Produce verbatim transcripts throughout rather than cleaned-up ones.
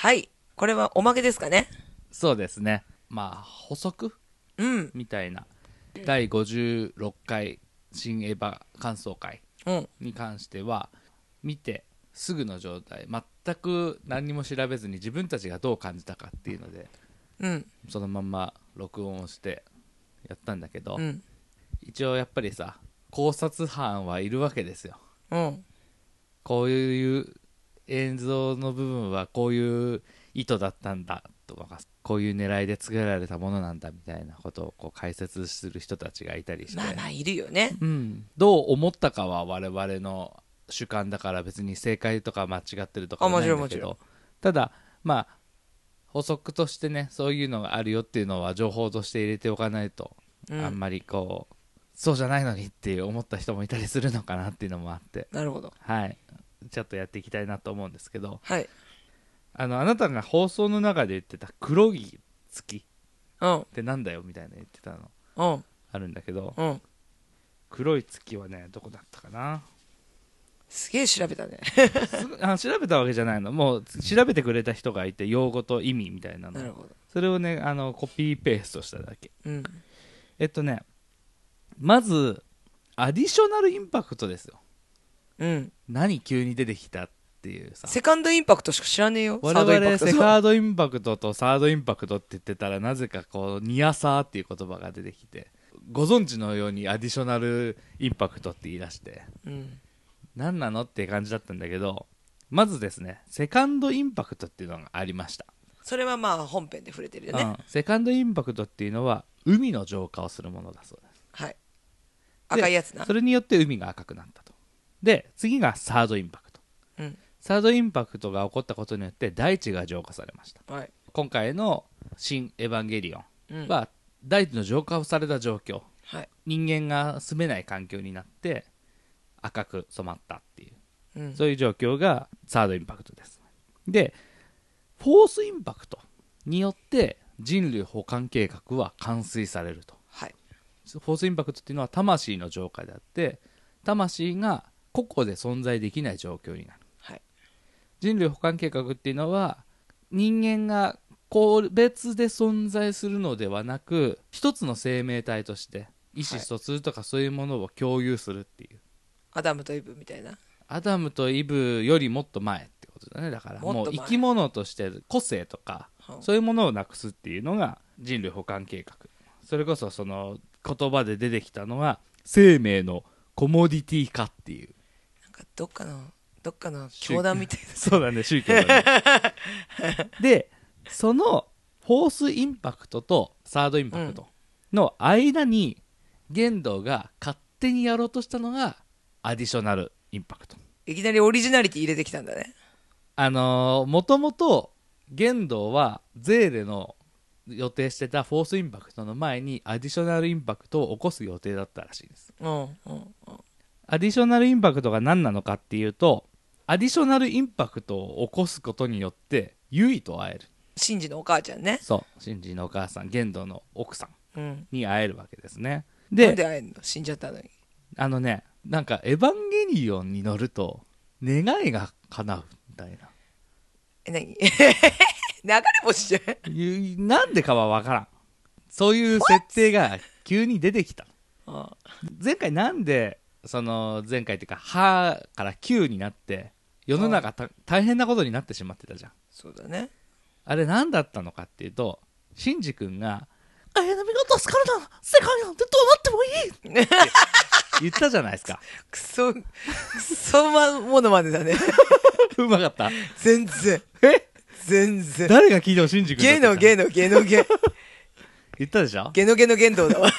はい。これはおまけですかね。 そうですね。まあ補足うん。 みたいなだいごじゅうろっかい新エヴァ感想会うん。 に関しては見てすぐの状態、全く何も調べずに自分たちがどう感じたかっていうのでうん。 そのまんま録音をしてやったんだけど、 うん。 一応やっぱりさ考察班はいるわけですよ。 うん。 こういう映像の部分はこういう意図だったんだとか、こういう狙いで作られたものなんだみたいなことをこう解説する人たちがいたりして、 まあまあ、いるよね。 うん、どう思ったかは我々の主観だから別に正解とか間違ってるとかはないんだけど、ただまあ補足としてね、そういうのがあるよっていうのは情報として入れておかないと、うん、あんまりこうそうじゃないのにって思った人もいたりするのかなっていうのもあって、 なるほど。 はい、ちょっとやっていきたいなと思うんですけど、 はい。 あのあなたが放送の中で言ってた黒い月うんってなんだよみたいな言ってたの、 うん、 あるんだけど、 うん、 黒い月はねどこだったかな。 すげえ調べたねあ調べたわけじゃないの、もう調べてくれた人がいて用語と意味みたいなの、 なるほど。 それをねあのコピーペーストしただけ、 うん、 えっとねまずアディショナルインパクトですよ。 うん、 何急に出てきたっていうさ、 セカンドインパクトしか知らねえよ。 我々セカンドインパクトとサードインパクトって言ってたらなぜかこうニアサーっていう言葉が出てきて、ご存知のようにアディショナルインパクトって言い出して、うん、何なのっていう感じだったんだけど、まずですねセカンドインパクトっていうのがありました。 それはまあ本編で触れてるよね、うん、 セカンドインパクトっていうのは海の浄化をするものだそうです。 はい、赤いやつな。 それによって海が赤くなったと。で次がサードインパクト、うん、サードインパクトが起こったことによって大地が浄化されました、はい、今回の新エヴァンゲリオンは、うん、大地の浄化をされた状況、はい、人間が住めない環境になって赤く染まったっていう、うん、そういう状況がサードインパクトです。でフォースインパクトによって人類保管計画は完遂されると、はい、フォースインパクトっていうのは魂の浄化であって、魂が個々で存在できない状況になる、はい、人類保管計画っていうのは人間が個別で存在するのではなく一つの生命体として意思疎通とかそういうものを共有するっていう、はい、 アダムとイブみたいな。 アダムとイブよりもっと前ってことだね。だからもう生き物として個性とかそういうものをなくすっていうのが人類保管計画。それこそその言葉で出てきたのが生命のコモディティ化っていう、 なんかどっかのどっかの教団みたいなそうだね、宗教だねでそのフォースインパクトとサードインパクトの間に玄道が勝手にやろうとしたのがアディショナルインパクト。 いきなりオリジナリティ入れてきたんだね。 あのー、もともと玄道はゼーレの予定してたフォースインパクトの前にアディショナルインパクトを起こす予定だったらしいです、うんうんうん、アディショナルインパクトが何なのかっていうと、アディショナルインパクトを起こすことによってユイと会える。 シンジのお母ちゃんね。 そうシンジのお母さん、玄道の奥さんに会えるわけですね、 うん、でなんで会えるの？死んじゃったのに。 あのね、なんかエヴァンゲリオンに乗ると願いが叶うみたいな。 え、何流れ星じゃんなんでかは分からん。そういう設定が急に出てきた前回なんでその前回っていうかはからきゅうになって世の中た大変なことになってしまってたじゃん。 そうだね。 あれ何だったのかっていうと、シンジ君が綾波が助かるな、世界なんてどうなってもいいって言ったじゃないですか。 クソクソまものまねだねうまかった。 全然え全然誰が聞いてもシンジ君だった。 ゲのゲのゲのゲ言ったでしょ。 ゲのゲの言動だわ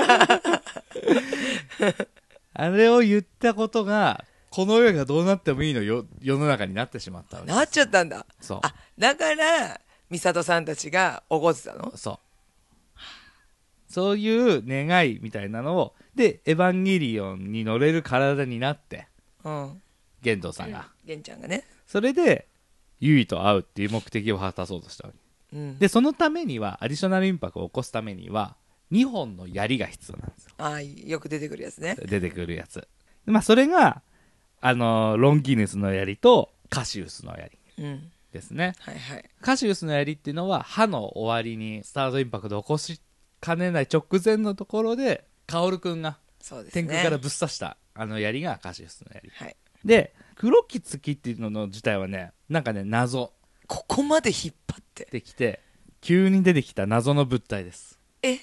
あれを言ったことがこの世がどうなってもいいのよ世の中になってしまったわけです。 なっちゃったんだ。 そう。 あ、だから美里さんたちが起こってたの。 そうそういう願いみたいなのをでエヴァンゲリオンに乗れる体になって、うん、玄道さんが、 玄ちゃんがね、 それでユイと会うっていう目的を果たそうとしたわけ、うん、でそのためにはアディショナルインパクトを起こすためにはにほんの槍が必要なんですよ。 ああ、よく出てくるやつね。 出てくるやつ、まあ、それがあのロンギヌスの槍とカシウスの槍、うん、 ですね。 はいはい。 カシウスの槍っていうのは刃の終わりにスタートインパクトを起こしかねない直前のところで薫くんが天空からぶっ刺したあの槍がカシウスの槍、はい、で黒き月っていうのの自体はね、なんかね謎、 ここまで引っ張ってできて急に出てきた謎の物体です。 え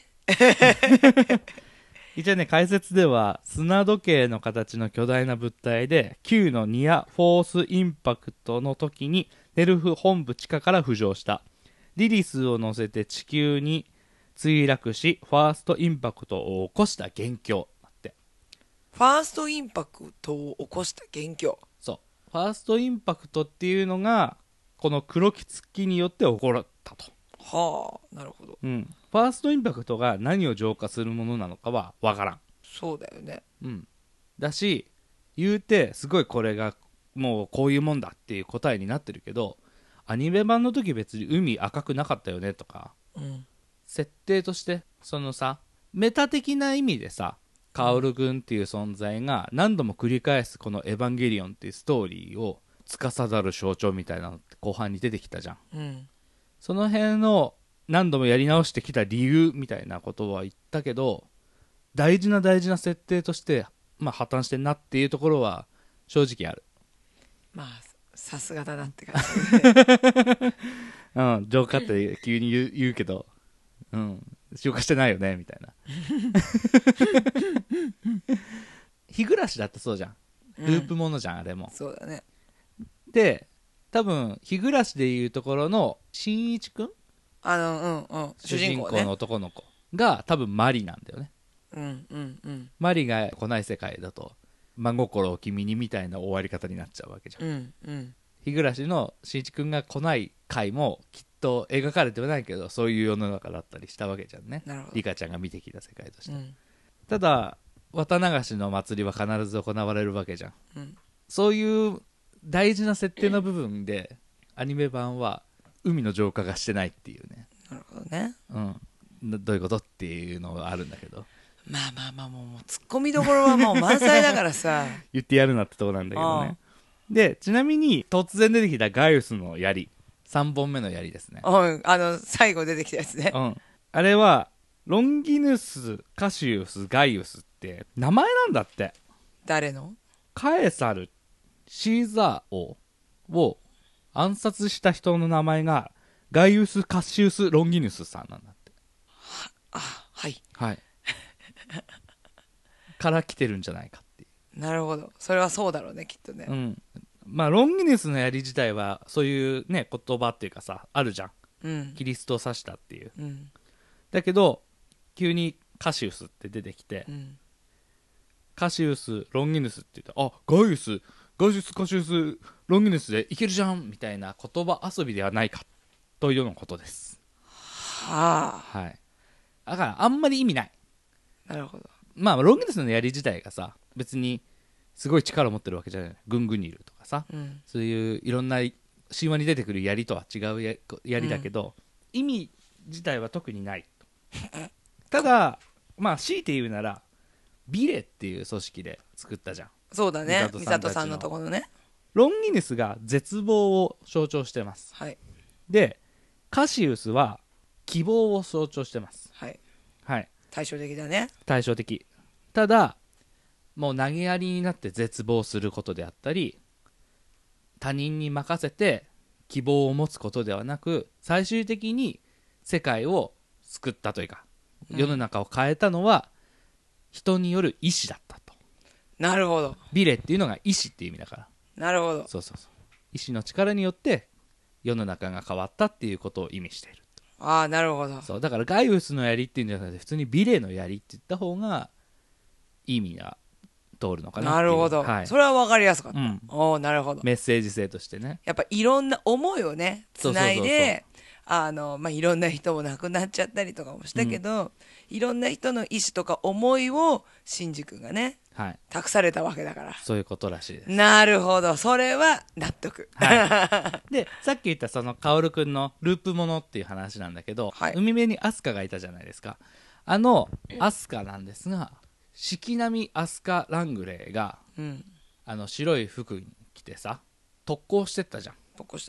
一応ね、解説では砂時計の形の巨大な物体で Q のニアフォースインパクトの時にネルフ本部地下から浮上した。リリスを乗せて地球に墜落しファーストインパクトを起こした元凶だって。 ファーストインパクトを起こした元凶。 そう、ファーストインパクトっていうのがこの黒き月によって起こったと。 はあ、なるほど、 うん、ファーストインパクトが何を浄化するものなのかは分からん。 そうだよね。 うんだし、言うてすごいこれがもうこういうもんだっていう答えになってるけど、アニメ版の時別に海赤くなかったよねとか、うん、設定としてそのさ、メタ的な意味でさ、カオル君っていう存在が何度も繰り返すこのエヴァンゲリオンっていうストーリーを司る象徴みたいなのって後半に出てきたじゃん、うん、その辺の何度もやり直してきた理由みたいなことは言ったけど、大事な大事な設定として、まあ、破綻してんなっていうところは正直ある。 まあさすがだなって感じうん浄化って急に言う、言うけど、うん浄化してないよねみたいな日暮らしだってそうじゃん、ループものじゃん、うん、あれもそうだね。 で多分日暮らしでいうところの新一くん、 あのうんうん主人公の男の子が多分マリなんだよね。 うんうんうん、 マリが来ない世界だと真心を君にみたいな終わり方になっちゃうわけじゃん、うんうん、日暮らしのしんいちくんが来ない回もきっと描かれてはないけどそういう世の中だったりしたわけじゃんね、リカちゃんが見てきた世界として、うん、ただ綿流しの祭りは必ず行われるわけじゃん、うん、そういう大事な設定の部分でアニメ版は海の浄化がしてないっていうね。 なるほどね、 うん、どういうことっていうのがあるんだけど、 まあまあまあもうツッコミどころはもう満載だからさ言ってやるなってとこなんだけどね。でちなみに突然出てきたガイウスの槍、さんぼんめの槍ですね。 うんあの最後出てきたやつね、 うん、あれはロンギヌス、カシウス、ガイウスって名前なんだって。 誰の？ カエサル、シーザー王を暗殺した人の名前がガイウス・カシウス・ロンギヌスさんなんだって。 はあはいはいから来てるんじゃないかっていう。 なるほど、それはそうだろうねきっとね。 うんまあロンギヌスの槍自体はそういうね言葉っていうかさあるじゃん、うん、キリストを指したっていう、うん、だけど急にカシウスって出てきて、うん、カシウスロンギヌスって言ったら、あガイウスガイウスカシウスロンギヌスでいけるじゃんみたいな言葉遊びではないかというようなことです。 はあ、はい、だからあんまり意味ない。 なるほど。 まあロンギヌスの槍自体がさ別にすごい力を持ってるわけじゃない。グングニルとかさ、うん、そういういろんな神話に出てくる槍とは違うや槍だけど、うん、意味自体は特にないただまあ強いて言うならビレっていう組織で作ったじゃん。 そうだね、美里さんのところね。 ロンギヌスが絶望を象徴してます、はい、でカシウスは希望を象徴してます。はい、はい、 対照的だね。 対照的。ただもう投げやりになって絶望することであったり他人に任せて希望を持つことではなく最終的に世界を救ったというか、うん、世の中を変えたのは人による意志だったと。 なるほど。 ビレっていうのが意志っていう意味だから。 なるほど。 そうそうそう、意志の力によって世の中が変わったっていうことを意味している。 ああなるほど。 そうだからガイウスの槍っていうんじゃなくて普通にビレの槍って言った方が意味が通るのかなっていう。 なるほど、はい、それは分かりやすかった、うん、おなるほど。 メッセージ性としてね、 やっぱいろんな思いをねつないで、あの、まあ、いろんな人も亡くなっちゃったりとかもしたけど、うん、いろんな人の意思とか思いをシンジ君がね、はい、託されたわけだから。 そういうことらしいです。 なるほど、それは納得、 はい、でさっき言ったその薫くんのループものっていう話なんだけど、はい、海辺にアスカがいたじゃないですか。あのアスカなんですが四季並アスカ・ラングレーが、うん、あの白い服に着てさ特攻してったじゃん。 特攻した。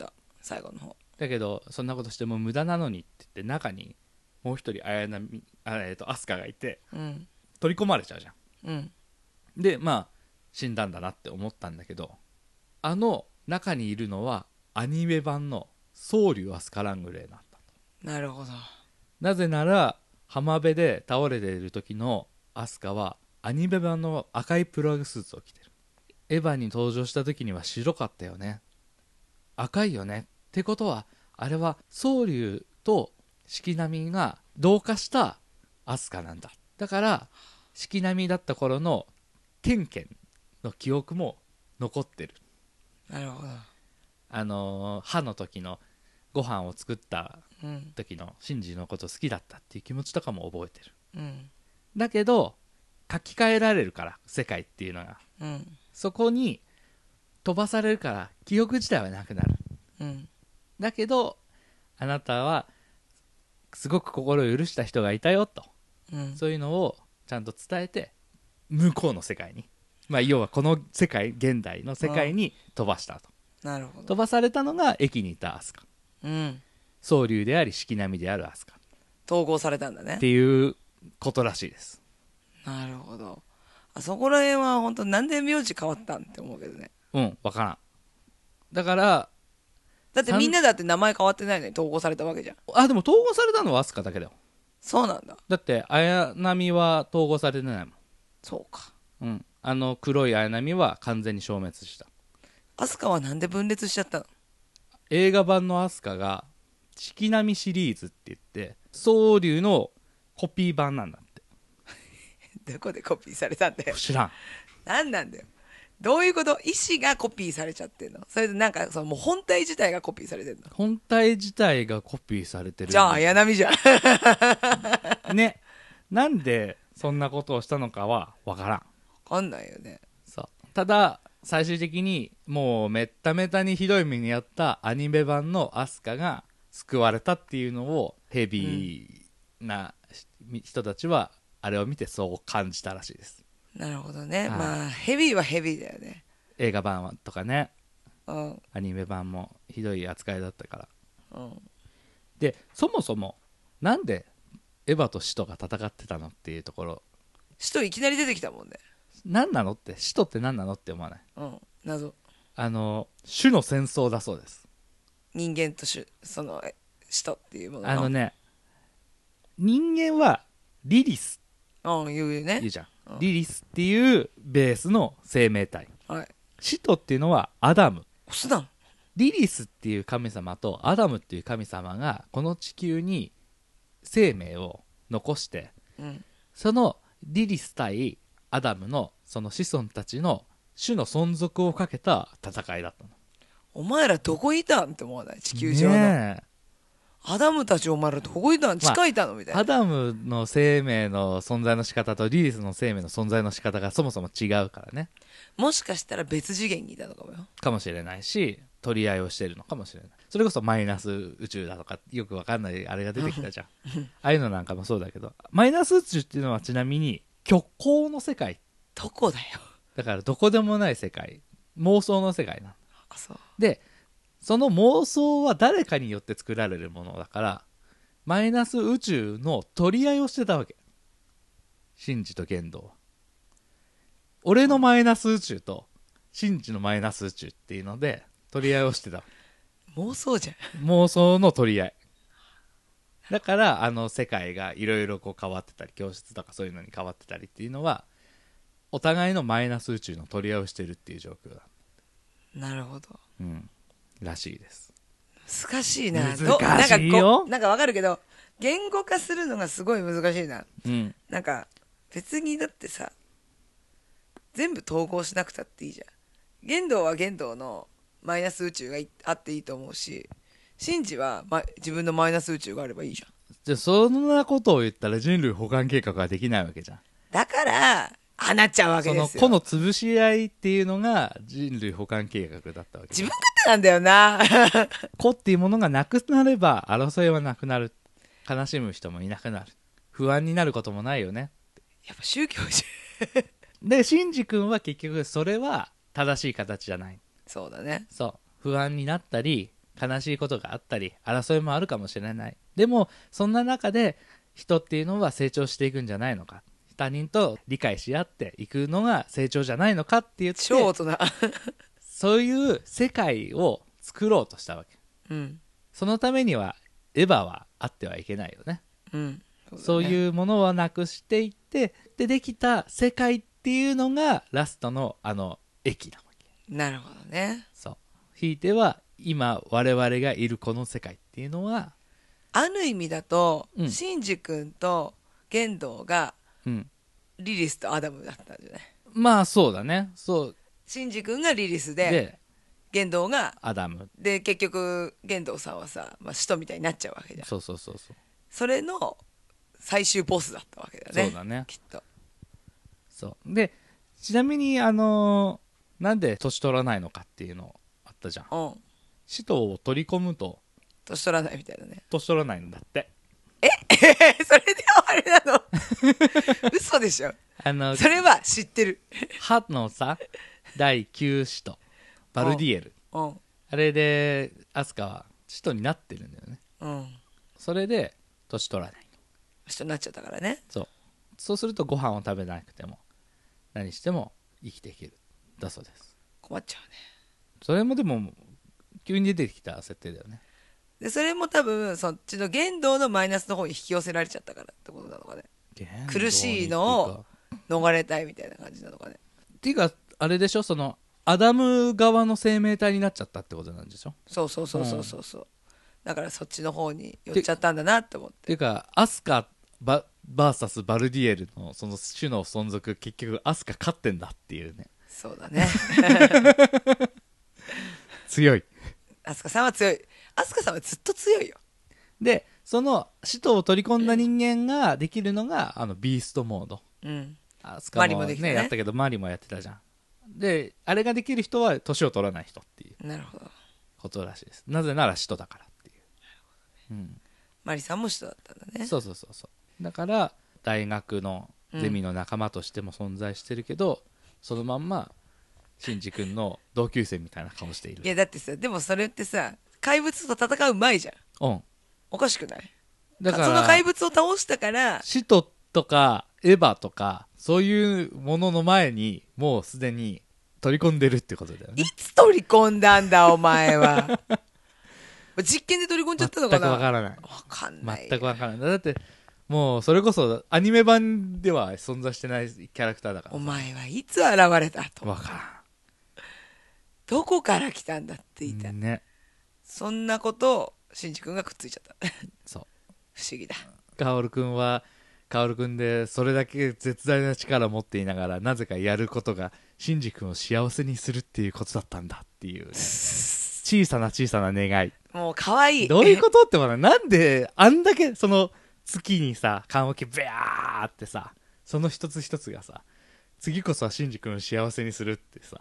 最後の方。 だけどそんなことしても無駄なのにって言って中にもう一人綾波あ、えー、と飛鳥がいて、うん、取り込まれちゃうじゃん、うん、でまあ死んだんだなって思ったんだけど、あの中にいるのはアニメ版の宗竜アスカラングレーなんだと。 なるほど。 なぜなら浜辺で倒れている時のアスカはアニメ版の赤いプラグスーツを着てる。エヴァに登場した時には白かったよね、赤いよねってことはあれは宗竜と四季並みが同化したアスカなんだ。だから四季並みだった頃のケンケンの記憶も残ってる。 なるほど。 あのー、歯の時のご飯を作った時のシンジのこと好きだったっていう気持ちとかも覚えてる、うん、だけど書き換えられるから世界っていうのが、うん、そこに飛ばされるから記憶自体はなくなる、うん、だけどあなたはすごく心を許した人がいたよと、うん、そういうのをちゃんと伝えて向こうの世界に、まあ、要はこの世界現代の世界に飛ばしたと、 うん、なるほど。 飛ばされたのが駅にいたアスカ、うん、宗竜であり四季並みであるアスカ、 統合されたんだねっていうことらしいです。 なるほど。あそこら辺は本当なんで名字変わったんって思うけどね。 うん分からん。だからだってみんなだって名前変わってないのに統合されたわけじゃん。 あでも統合されたのはアスカだけだよ。 そうなんだ。 だって綾波は統合されてないもん。 そうか。 うん。あの黒い綾波は完全に消滅した。 アスカはなんで分裂しちゃったの？ 映画版のアスカが四季並みシリーズって言って宗竜のコピー版なんだってどこでコピーされたんだよ。 知らん。 なんなんだよ。どういうこと？意思がコピーされちゃってんの？それでなんかそのもう本体自体がコピーされてんの？ 本体自体がコピーされてる。 じゃあ綾波じゃんね。なんでそんなことをしたのかは分からん。 分かんないよね。 そう。ただ最終的にもうめっためたにひどい目に遭ったアニメ版のアスカが救われたっていうのをヘビーな人たちはあれを見てそう感じたらしいです。 なるほどね、はい、まあヘビーはヘビーだよね。 映画版とかね、 うん、 アニメ版もひどい扱いだったから、うん、でそもそもなんでエヴァと使徒が戦ってたのっていうところ。 使徒いきなり出てきたもんね。 何なのって使徒って何なのって思わない？ うん、謎。 あの種の戦争だそうです。 人間と種その使徒っていうもののあのね人間はリリス、 うん言うね、 言うじゃん、うん、リリスっていうベースの生命体、はい、使徒っていうのはアダム。 オスだ。 リリスっていう神様とアダムっていう神様がこの地球に生命を残して、うん、そのリリス対アダムのその子孫たちの種の存続をかけた戦いだったの。 お前らどこいたんって思わない？地球上の、ね、アダムたちお前らどこいたん、地下いたのみたいな。 アダムの生命の存在の仕方とリリスの生命の存在の仕方がそもそも違うからね。 もしかしたら別次元にいたのかもよ。 かもしれないし取り合いをしてるのかもしれない。それこそマイナス宇宙だとかよくわかんないあれが出てきたじゃんああいうのなんかもそうだけど、マイナス宇宙っていうのはちなみに虚構の世界。 どこだよ。 だからどこでもない世界、妄想の世界なの。 あ、そう。 でその妄想は誰かによって作られるものだからマイナス宇宙の取り合いをしてたわけ。シンジとゲンドウは俺のマイナス宇宙とシンジのマイナス宇宙っていうので取り合いをしてた。 妄想じゃん。 妄想の取り合いだからあの世界がいろいろ変わってたり教室とかそういうのに変わってたりっていうのはお互いのマイナス宇宙の取り合いをしてるっていう状況だ。 なるほど、 うん、らしいです。 難しいな。 難しいよ。 なんかわかるけど言語化するのがすごい難しいな、 うん、 なんか別にだってさ全部統合しなくたっていいじゃん。玄道は玄道のマイナス宇宙があっていいと思うし、シンジは、ま、自分のマイナス宇宙があればいいじゃん。 じゃあそんなことを言ったら人類補完計画はできないわけじゃん。 だからああなっちゃうわけですよ。 その個の潰し合いっていうのが人類補完計画だったわけ。 自分勝手なんだよな個っていうものがなくなれば争いはなくなる。悲しむ人もいなくなる。不安になることもないよね。 やっぱ宗教じゃんでシンジ君は結局それは正しい形じゃない。 そうだね。 そう不安になったり悲しいことがあったり争いもあるかもしれない。でもそんな中で人っていうのは成長していくんじゃないのか、他人と理解し合っていくのが成長じゃないのかって言って、 超大人そういう世界を作ろうとしたわけ、うん、そのためにはエヴァはあってはいけないよね、うん、 そうだね。そういうものはなくしていってでできた世界っていうのがラストのあの駅なわけ。 なるほどね。 そう、ひいては今我々がいるこの世界っていうのはある意味だと、うん、シンジ君と玄道が、うん、リリスとアダムだったんじゃない？ まあそうだね。そう、 シンジ君がリリスで、で玄道がアダムで、結局玄道さんはさ、まあ、使徒みたいになっちゃうわけじゃん。 そうそうそうそう。 それの最終ボスだったわけだよね。 そうだね、 きっと。 そうで、ちなみにあのー、なんで年取らないのかっていうのあったじゃん、うん、使徒を取り込むと年取らないみたいなね。 年取らないんだって。 えそれであれなの嘘でしょ。あのそれは知ってる。 歯のさだいきゅう使徒バルディエル、うんうん、あれでアスカは使徒になってるんだよね、うん、それで年取らない人になっちゃったからね。 そうそうするとご飯を食べなくても何しても生きていけるだそうです。 困っちゃうね。 それもでも急に出てきた設定だよね。 でそれも多分そっちの言動のマイナスの方に引き寄せられちゃったからってことなのかね。苦しいのを逃れたいみたいな感じなのかね。 っていうかあれでしょ、そのアダム側の生命体になっちゃったってことなんでしょ。 そうそうそうそうそうそう、うん、だからそっちの方に寄っちゃったんだなって思って。っていうかアスカババーサスバルディエルのその種の存続、結局アスカ勝ってんだっていうね。 そうだね強い。 アスカさんは強い。アスカさんはずっと強いよ。 でその使徒を取り込んだ人間ができるのが、うん、あのビーストモード、うん、アスカも、ね、マリもできたね、やったけどマリもやってたじゃん。であれができる人は年を取らない人っていうなるほどことらしいです。なぜなら使徒だからっていう。 なるほど、ね、うん、マリさんも使徒だったんだね。 そうそうそうそう。だから大学のゼミの仲間としても存在してるけど、うん、そのまんまシンジ君の同級生みたいな顔している。 いやだってさ、でもそれってさ怪物と戦う前じゃん。うん、おかしくない？だからその怪物を倒したから使徒とかエヴァとかそういうものの前にもうすでに取り込んでるってことだよね。 いつ取り込んだんだお前は実験で取り込んじゃったのかな。 全くわからない。わかんない。 全くわからない。だってもうそれこそアニメ版では存在してないキャラクターだから。 お前はいつ現れたと。 わからん。 どこから来たんだって言いたい、ね、そんなことをシンジ君がくっついちゃったそう不思議だ。 カオル君はカオル君でそれだけ絶大な力を持っていながらなぜかやることがシンジ君を幸せにするっていうことだったんだっていう、ね、小さな小さな願い。 もう可愛い。 どういうことってもなんであんだけその月にさ棺桶ビャーってさその一つ一つがさ次こそはシンジ君を幸せにするってさ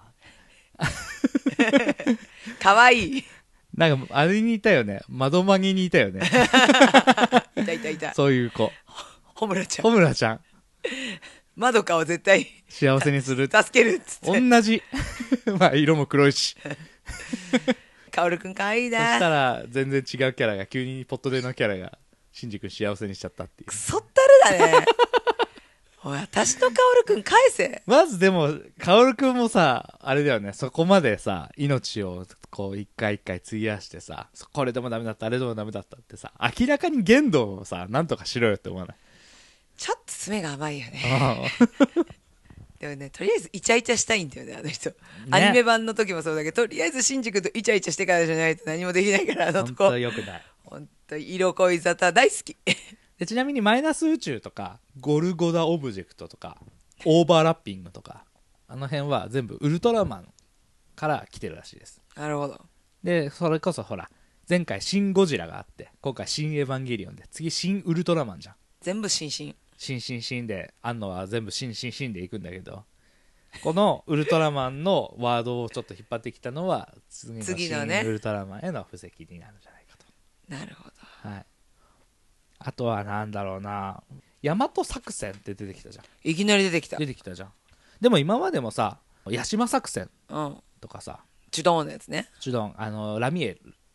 かわいい。 なんかあれにいたよね、窓マギにいたよねいたいたいた。 そういう子、 ホムラちゃん。 ホムラちゃんまどかを絶対幸せにする助けるっつって同じまあ色も黒いしカオルくんかわいいな。 そしたら全然違うキャラが急にポットでのキャラがシンジ君幸せにしちゃったっていう。 クソったるだねおい私のカオルくん返せ。 まずでもカオルくんもさあれだよね、そこまでさ命をこう一回一回費やしてさこれでもダメだったあれでもダメだったってさ明らかに言動をさなんとかしろよって思わない？ ちょっと爪が甘いよねでもねとりあえずイチャイチャしたいんだよねあの人、ね、アニメ版の時もそうだけどとりあえずシンジ君とイチャイチャしてからじゃないと何もできないからあのとこ本当よくない。 本当色恋沙汰大好きでちなみにマイナス宇宙とかゴルゴダオブジェクトとかオーバーラッピングとかあの辺は全部ウルトラマンから来てるらしいです。 なるほど。 でそれこそほら前回シンゴジラがあって今回シンエヴァンゲリオンで次シンウルトラマンじゃん。 全部シンシンシンシンシンであんのは全部シンシンシンでいくんだけどこのウルトラマンのワードをちょっと引っ張ってきたのは次のシンウルトラマンへの布石になるんじゃないかと。 なるほど、 はい、あとはなんだろうな、大和作戦って出てきたじゃん。 いきなり出てきた出てきたじゃん。でも今までもさヤシマ作戦とかさ、 うん、チュドンのやつね。 チュドンあのラミエル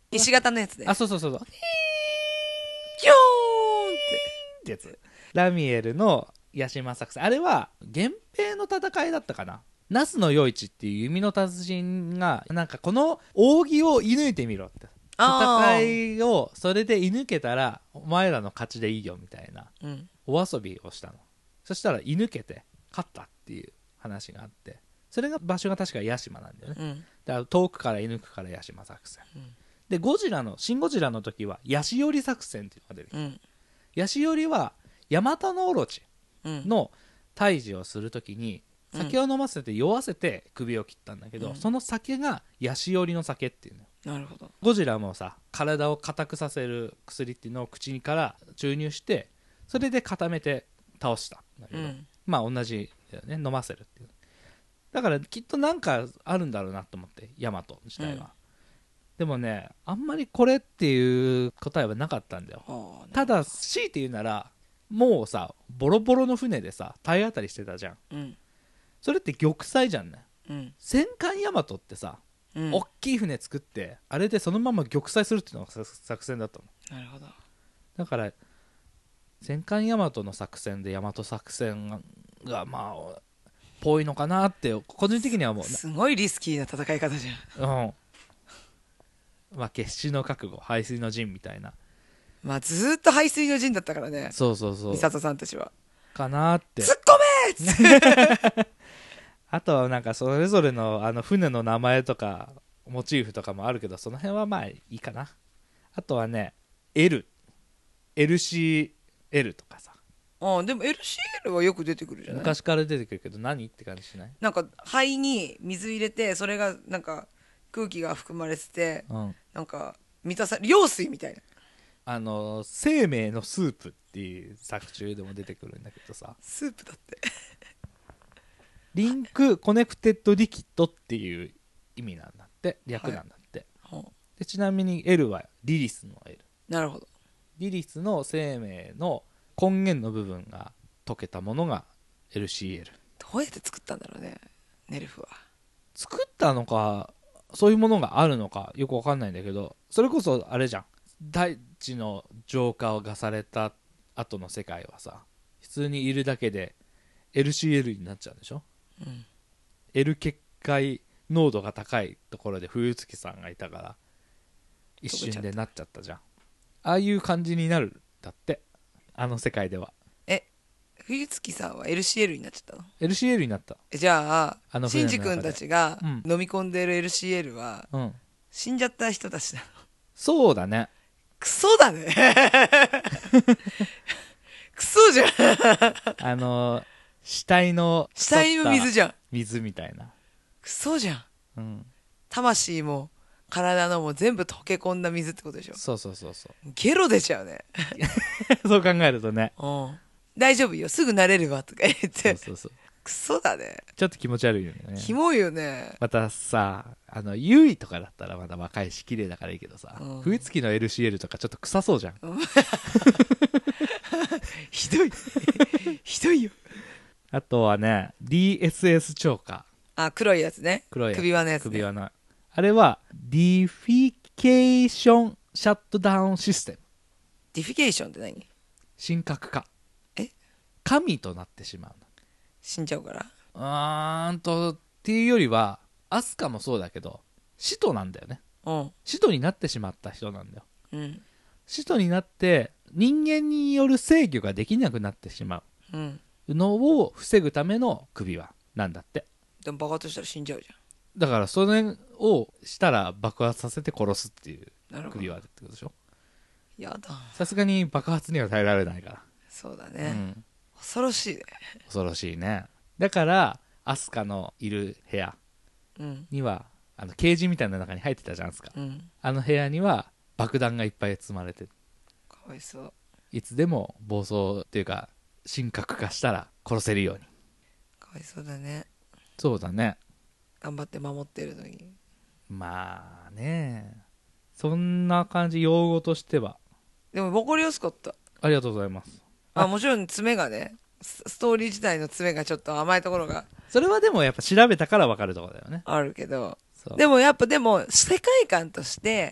石型のやつで。 あ、そうそうそうそう。 キョーンってやつ。ラミエルのヤシマ作戦。あれは、源平の戦いだったかな。那須与一っていう弓の達人が、なんかこの扇を射抜いてみろって。戦いをそれで射抜けたら、お前らの勝ちでいいよみたいな、うん、お遊びをしたの。そしたら射抜けて勝ったっていう話があって、それが場所が確か屋島なんだよね。うん、だから遠くから射抜くから屋島作戦。うん、で、ゴジラの、シンゴジラの時は、ヤシ寄り作戦っていうのが出てきた。うん、ヤシ寄りは、ヤマタノオロチの退治をするときに、酒を飲ませて酔わせて首を切ったんだけど、うん、その酒がヤシ寄りの酒っていうの。 なるほど。 ゴジラもさ、体を硬くさせる薬っていうのを口から注入して、それで固めて倒したんだけど、うん、まあ同じだよね、飲ませるっていう。だからきっとなんかあるんだろうなと思って、ヤマト自体は。うん、でもね、あんまりこれっていう答えはなかったんだよ。ただ強いて言うなら、もうさ、ボロボロの船でさ、体当たりしてたじゃん。うん、それって玉砕じゃんね。うん、戦艦ヤマトってさ、うん、大きい船作ってあれでそのまま玉砕するっていうのが作戦だったの。 なるほど。 だから戦艦ヤマトの作戦でヤマト作戦がまあぽいのかなって個人的には思う。 すごいリスキーな戦い方じゃん。うん。 まあ決死の覚悟、背水の陣みたいな。 まあずーっと背水の陣だったからね。 そうそうそう。 美里さんたちは。 かなーって。 突っ込めーっあとはなんかそれぞれのあの船の名前とかモチーフとかもあるけど、その辺はまあいいかな。あとはね、L、エルシーエル とかさ。 ああ、でも エルシーエル はよく出てくるじゃない。 昔から出てくるけど何って感じしない？ なんか肺に水入れて、それがなんか空気が含まれてて、うん、なんか満たされ、用水みたいな。 あの生命のスープっていう作中でも出てくるんだけどさ。 スープだってリンクコネクテッドリキッドっていう意味なんだって、略なんだって、はい、でちなみに L はリリスの L。 なるほど。 リリスの生命の根源の部分が溶けたものが エルシーエル。 どうやって作ったんだろうね、ネルフは。 作ったのか、そういうものがあるのかよくわかんないんだけど、それこそあれじゃん、大地の浄化がされた後の世界はさ、普通にいるだけで エルシーエル になっちゃうんでしょ。うん、L 結界濃度が高いところで冬月さんがいたから一瞬でなっちゃったじゃん。ああいう感じになるんだって、あの世界では。 え、冬月さんは エルシーエル になっちゃったの？ エルシーエル になった。 じゃあシンジ君たちが飲み込んでる エルシーエル は、うん、死んじゃった人たちなの？ そうだね。 クソだねクソじゃんあの死体の死体の水じゃん。 水みたいな。 クソじゃん。うん。魂も体のも全部溶け込んだ水ってことでしょ。 そうそうそうそう。 ゲロ出ちゃうねそう考えるとね。 うん。大丈夫よ、すぐ慣れるわとか言って。そうそうそう。クソだね。 ちょっと気持ち悪いよね。 キモいよね。 またさ、あのユイとかだったらまだ若いし綺麗だからいいけどさ、うん、冬月の エルシーエル とかちょっと臭そうじゃん、うん、 ひどいひどいよ。 あとはね ディーエスエス 超過。 あ、黒いやつね。 黒いやつ、 首輪のやつ、ね、 首輪のあれはディフィケーションシャットダウンシステム。 ディフィケーションって何？ 神格化。 え？ 神となってしまうの。 死んじゃうから。 うーんとっていうよりはアスカもそうだけど使徒なんだよね。うん、使徒になってしまった人なんだよ、うん、使徒になって人間による制御ができなくなってしまうのを防ぐための首輪なんだって。 でも爆発したら死んじゃうじゃん。 だからそれをしたら爆発させて殺すっていう首輪ってことでしょ。 やだ。 さすがに爆発には耐えられないから。 そうだね、うん、恐ろしいね。 恐ろしいね。だからアスカのいる部屋には、うん、あのケージみたいな中に入ってたじゃんすか、うん、あの部屋には爆弾がいっぱい積まれてる。 かわいそう。 いつでも暴走っていうか神格化したら殺せるように。 かわいそうだね。 そうだね。 頑張って守ってるのに。 まあね、そんな感じ。用語としてはでも分かりやすかった。 ありがとうございます。 あ、もちろん爪がね、ストーリー自体の爪がちょっと甘いところが、 それはでもやっぱ調べたから分かるところだよね。 あるけど、でもやっぱでも世界観として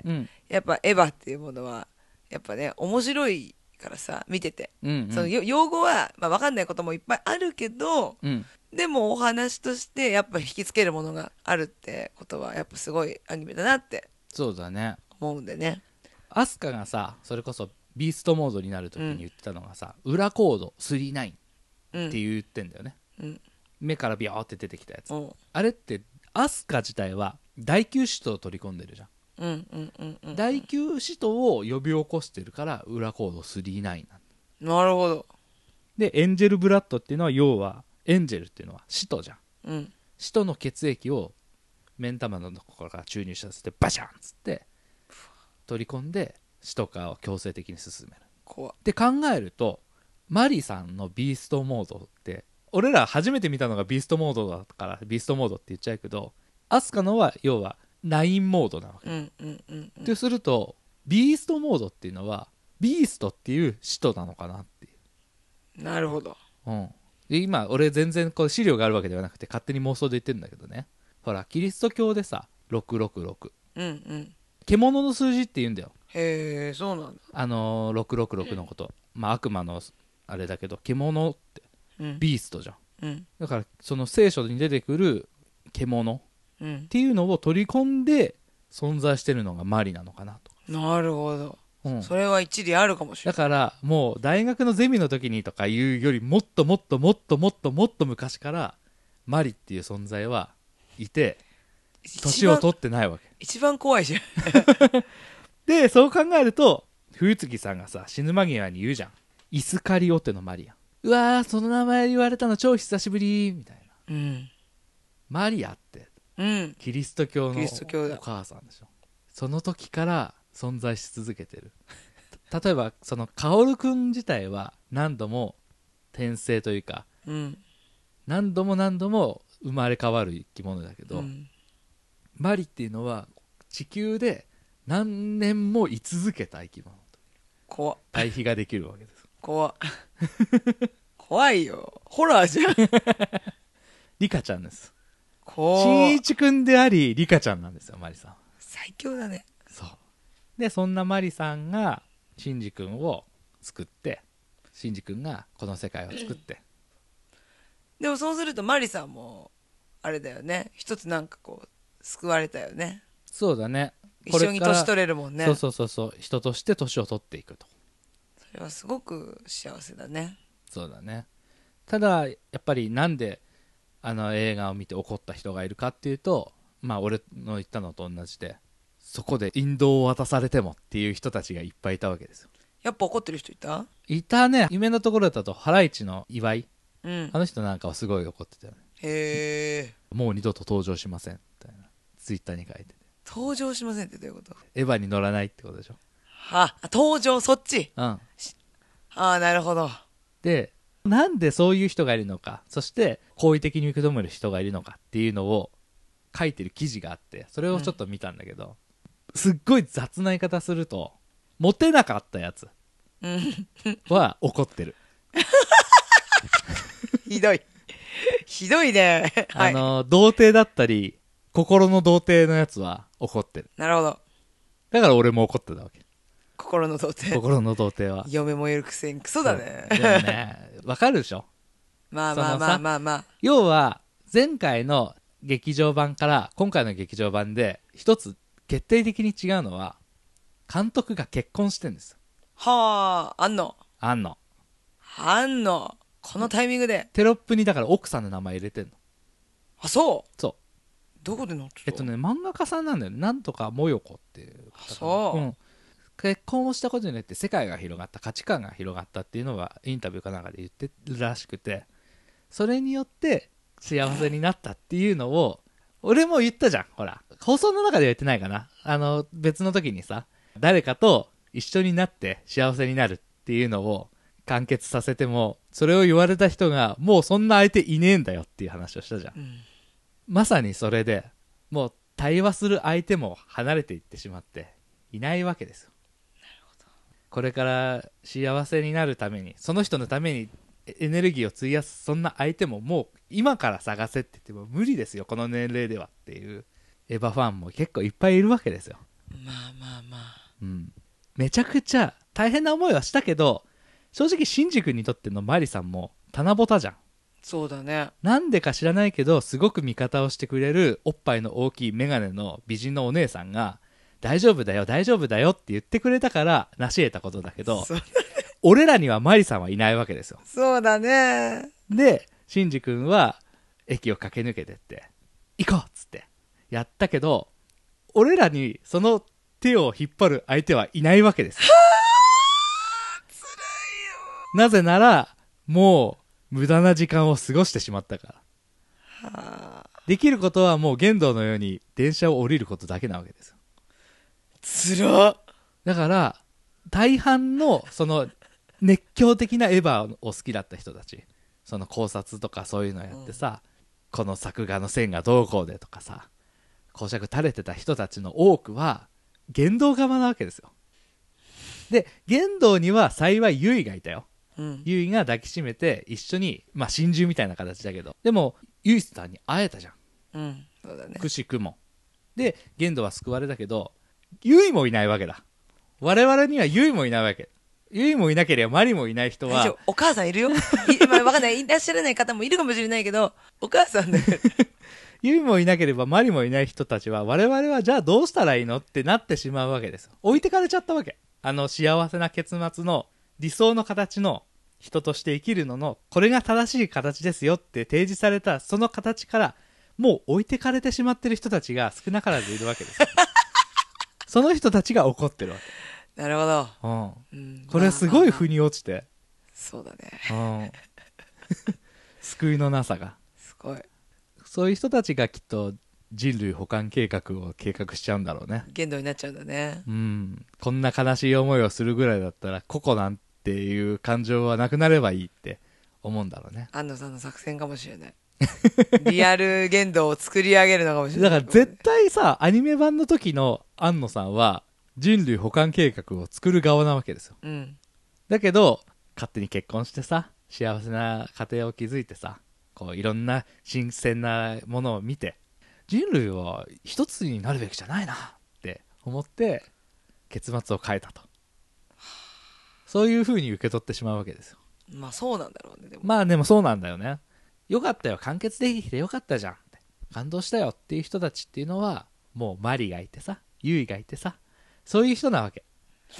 やっぱエヴァっていうものはやっぱね面白いからさ見てて、うんうん、その用語は、まあ、分かんないこともいっぱいあるけど、うん、でもお話としてやっぱ引きつけるものがあるってことはやっぱすごいアニメだなってそうだね思うんでね。 アスカがさそれこそビーストモードになるときに言ってたのがさ、うん、裏コードスリーナインって言ってんだよね、うん、目からビョーって出てきたやつ、うん、あれってアスカ自体は第九使徒を取り込んでるじゃん、うんうんうんうん、第九使徒を呼び起こしてるから裏コードスリーナインなんだ。 なるほど。 でエンジェルブラッドっていうのは要はエンジェルっていうのは使徒じゃん、うん、使徒の血液を目ん玉のところから注入させてバシャンっつって取り込んで使徒化を強制的に進める。怖っ。って考えるとマリさんのビーストモードって俺ら初めて見たのがビーストモードだからビーストモードって言っちゃうけどアスカのは要はナインモードなわけ、うんうんうんうん、ってするとビーストモードっていうのはビーストっていう使徒なのかなっていう。 なるほど、 うん、で今俺全然こう資料があるわけではなくて勝手に妄想で言ってるんだけどね。ほらキリスト教でさろくろくろく、うんうん、獣の数字って言うんだよ。 へえそうなんだ。 あのー、ろくろくろくのこと、まあ悪魔のあれだけど獣って、うん、ビーストじゃん、うん、だからその聖書に出てくる獣っていうのを取り込んで存在してるのがマリなのかなと。 なるほど、うん、それは一理あるかもしれない。 だからもう大学のゼミの時にとかいうよりもっともっともっともっともっと昔からマリっていう存在はいて年を取ってないわけ。 一番怖いじゃんでそう考えると冬月さんがさ死ぬ間際に言うじゃん、イスカリオテのマリア。うわーその名前言われたの超久しぶりみたいな、うん、マリアって、うん、キリスト教のお母さんでしょ。その時から存在し続けてる例えばそのカオルくん自体は何度も転生というか、うん、何度も何度も生まれ変わる生き物だけど、うん、マリっていうのは地球で何年も居続けた生き物。 怖っ。 対比ができるわけです。 怖っ怖いよ、ホラーじゃんリカちゃんです。しんいちくんでありリカちゃんなんですよマリさん。 最強だね。 そうでそんなマリさんがシンジ君を作ってシンジ君がこの世界を作ってでもそうするとマリさんもあれだよね、一つなんかこう救われたよね。 そうだね、 一緒に年取れるもんね。 そうそうそうそう人として年を取っていくと。 それはすごく幸せだね。 そうだね。ただやっぱりなんであの映画を見て怒った人がいるかっていうと、まあ俺の言ったのと同じでそこで引導を渡されてもっていう人たちがいっぱいいたわけですよ。 やっぱ怒ってる人いた？ いたね。夢のところだとハライチの岩井、うん、あの人なんかはすごい怒ってたよね。へえ。もう二度と登場しませんみたいなツイッターに書いてて。 登場しませんってどういうこと？ エヴァに乗らないってことでしょ。 はあ、登場そっち。うん。ああ、なるほど。 でなんでそういう人がいるのか、そして好意的に受け止める人がいるのかっていうのを書いてる記事があってそれをちょっと見たんだけど、うん、すっごい雑な言い方するとモテなかったやつは怒ってるひどいひどいねあの、はい、童貞だったり心の童貞のやつは怒ってる。 なるほど。 だから俺も怒ってたわけ。 心の童貞。 心の童貞は嫁もいるくせにクソだね。 でもねわかるでしょ。 まあまあまあまあまあ。 要は前回の劇場版から今回の劇場版で一つ決定的に違うのは監督が結婚してんですよ。 はあ、あんのあんのあんのこのタイミングでテロップにだから奥さんの名前入れてんの。 あ、そうそう。 どこで載ってた？ えっとね漫画家さんなんだよね。なんとかもよこっていう方。 そう、 うん、結婚をしたことによって世界が広がった、価値観が広がったっていうのはインタビューかなんかで言ってるらしくて、それによって幸せになったっていうのを俺も言ったじゃん。ほら放送の中では言ってないかな。あの別の時にさ誰かと一緒になって幸せになるっていうのを完結させてもそれを言われた人がもうそんな相手いねえんだよっていう話をしたじゃん、うん、まさにそれでもう対話する相手も離れていってしまっていないわけですよ。なるほど。これから幸せになるためにその人のためにエネルギーを費やすそんな相手ももう今から探せって言っても無理ですよこの年齢ではっていうエヴァファンも結構いっぱいいるわけですよ。 まあまあまあ、 うん、めちゃくちゃ大変な思いはしたけど、正直シンジ君にとってのマリさんも棚ぼたじゃん。 そうだね。 なんでか知らないけどすごく味方をしてくれるおっぱいの大きいメガネの美人のお姉さんが大丈夫だよ大丈夫だよって言ってくれたから成し得たことだけど、俺らにはマリさんはいないわけですよ。 そうだね。 でシンジ君は駅を駆け抜けてって行こうっつってやったけど、俺らにその手を引っ張る相手はいないわけです。はあ、辛いよ。 なぜならもう無駄な時間を過ごしてしまったから。はあ、できることはもう玄道のように電車を降りることだけなわけですよ。 つらっ。 だから大半のその熱狂的なエヴァを好きだった人たち、その考察とかそういうのやってさ、うん、この作画の線がどうこうでとかさ講釈垂れてた人たちの多くは玄道側なわけですよ。で玄道には幸い結衣がいたよ。うん、結衣が抱きしめて一緒に、まあ心中みたいな形だけど、でも結衣さんに会えたじゃん。 うん、そうだね。 くしくもで玄道は救われたけど結衣もいないわけだ。我々には結衣もいないわけ。結衣もいなければマリもいない人はお母さんいるよ。今わかんない、いらっしゃらない方もいるかもしれないけどお母さんだよ。 結衣もいなければマリもいない人たちは我々はじゃあどうしたらいいのってなってしまうわけです。置いてかれちゃったわけ。あの幸せな結末の理想の形の人として生きるののこれが正しい形ですよって提示されたその形からもう置いてかれてしまってる人たちが少なからずいるわけです。その人たちが怒ってるわけ。なるほど、 うんうん、これすごい腑に落ちて、まあまあまあ、 そうだね、 うん、救いのなさがすごい。 そういう人たちがきっと人類補完計画を計画しちゃうんだろうね。 限度になっちゃうんだね。 うん。こんな悲しい思いをするぐらいだったら個々なんていう感情はなくなればいいって思うんだろうね。 安野さんの作戦かもしれない。リアル限度を作り上げるのかもしれない。 だから絶対さアニメ版の時の安野さんは人類補完計画を作る側なわけですよ。うん、だけど勝手に結婚してさ幸せな家庭を築いてさこういろんな新鮮なものを見て人類は一つになるべきじゃないなって思って結末を変えたと、そういう風に受け取ってしまうわけですよ。 まあそうなんだろうね。でもまあでもそうなんだよね。よかったよ完結できてよかったじゃんって感動したよっていう人たちっていうのはもうマリがいてさユイがいてさそういう人なわけ。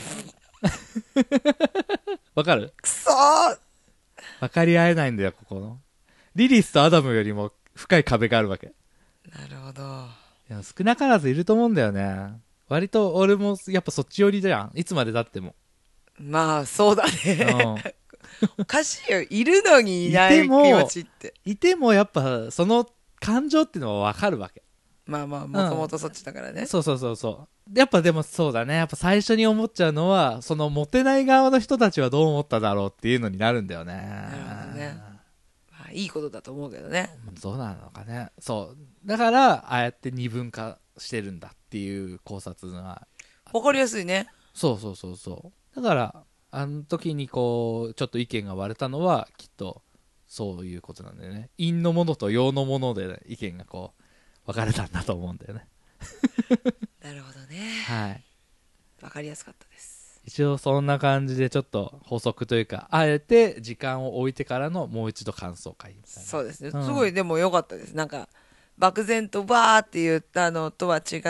わかる？ くそー、 分かり合えないんだよ。ここのリリスとアダムよりも深い壁があるわけ。 なるほど。 いや少なからずいると思うんだよね。割と俺もやっぱそっち寄りじゃんいつまでたっても。 まあそうだね、うん、おかしいよいるのにいない気持ちって。 いてもやっぱその感情っていうのは分かるわけ。 まあまあもともとそっちだからね、 うん、そうそうそうそうやっぱでもそうだねやっぱ最初に思っちゃうのはそのモテない側の人たちはどう思っただろうっていうのになるんだよね。なるほどね、まあ、いいことだと思うけどね。 そうなのかね。そうだからああやって二分化してるんだっていう考察が分かりやすいね。 そうそうそうそうだからあの時にこうちょっと意見が割れたのはきっとそういうことなんだよね。陰のものと陽のもので意見がこう分かれたんだと思うんだよね。 なるほどね。 はい。 分かりやすかったです。 一応そんな感じでちょっと補足というかあえて時間を置いてからのもう一度感想会みたいな。 そうですね、うん、すごいでも良かったです。なんか漠然とバーって言ったのとは違って、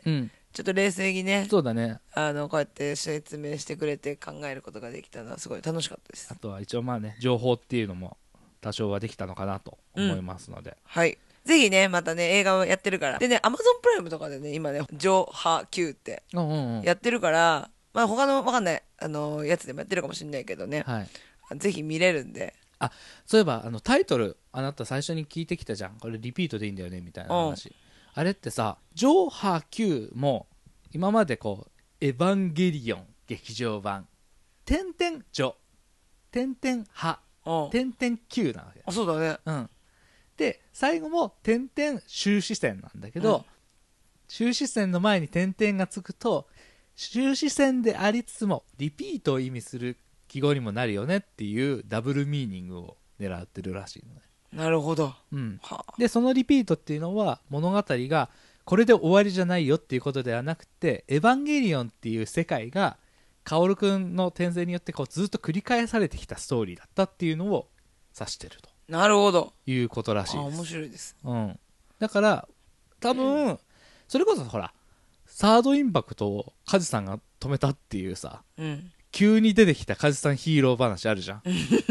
うん、ちょっと冷静にねそうだねあのこうやって説明してくれて考えることができたのはすごい楽しかったです。 あとは一応まあね情報っていうのも多少はできたのかなと思いますので、うん、 はいぜひねまたね映画をやってるからでね Amazon プライムとかでね今ね上波級ってやってるから、うんうんうん、まあ他のわかんないあのやつでもやってるかもしれないけどね、はい、ぜひ見れるんで。 あそういえばあのタイトルあなた最初に聞いてきたじゃんこれリピートでいいんだよねみたいな話、うん、あれってさ上波級も今までこうエヴァンゲリオン劇場版点々上点々波点々級なわけ。 あそうだね、 うん、で最後も点々終止線なんだけど、うん、終止線の前に点々がつくと終止線でありつつもリピートを意味する記号にもなるよねっていうダブルミーニングを狙ってるらしいのね。 なるほど、 うん、でそのリピートっていうのは物語がこれで終わりじゃないよっていうことではなくて、エヴァンゲリオンっていう世界が薫くんの転生によってこうずっと繰り返されてきたストーリーだったっていうのを指してると。 なるほど。 いうことらしいです。あ、 面白いです。 うん。だから多分それこそほらサードインパクトを梶さんが止めたっていうさ、うん、急に出てきた梶さんヒーロー話あるじゃん。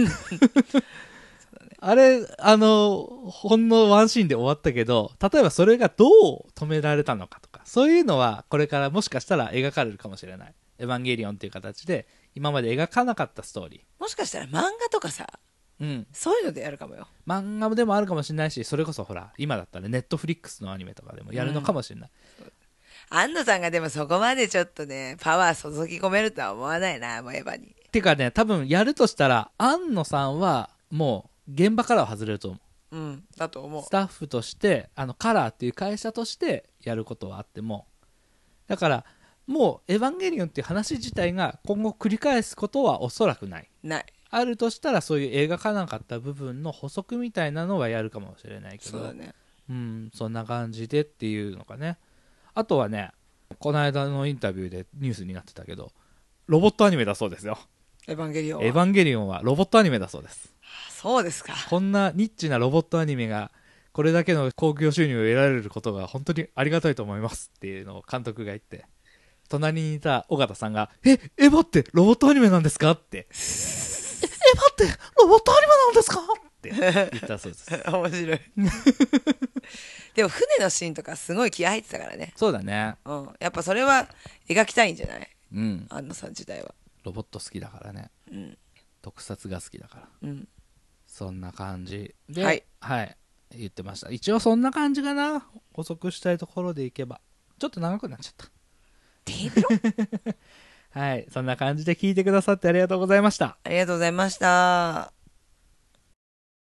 あれあのほんのワンシーンで終わったけど、例えばそれがどう止められたのかとか、そういうのはこれからもしかしたら描かれるかもしれない。エヴァンゲリオンっていう形で今まで描かなかったストーリー、 もしかしたら漫画とかさ、うん、そういうのでやるかもよ。 漫画でもあるかもしれないし、それこそほら今だったらネットフリックスのアニメとかでもやるのかもしれない、 うん、安野さんがでもそこまでちょっとねパワー注ぎ込めるとは思わないな、もうエヴァに。 てかね、多分やるとしたら安野さんはもう現場からは外れると思う。 うん、だと思う。 スタッフとしてあのカラーっていう会社としてやることはあっても、だからもうエヴァンゲリオンっていう話自体が今後繰り返すことはおそらくない。 ない。 あるとしたらそういう描かなかった部分の補足みたいなのはやるかもしれないけど、 そうだね。 うん、そんな感じでっていうのかね。あとはね、この間のインタビューでニュースになってたけど、ロボットアニメだそうですよ。 エヴァンゲリオンは。 エヴァンゲリオンはロボットアニメだそうです。 そうですか。 こんなニッチなロボットアニメがこれだけの興行収入を得られることが本当にありがたいと思いますっていうのを監督が言って、隣にいた尾形さんが、え、エヴァってロボットアニメなんですかって。え、エヴァってロボットアニメなんですかって言ったそうです。 面白い。でも船のシーンとかすごい気合入ってたからね。 そうだね。 うん。やっぱそれは描きたいんじゃない？ うん。 安野さん自体は。 ロボット好きだからね。うん。特撮が好きだから。うん。そんな感じで、はい、はい、言ってました。一応そんな感じかな。補足したいところでいけば。ちょっと長くなっちゃった。 テーブルはい、そんな感じで聞いてくださってありがとうございました。 ありがとうございました。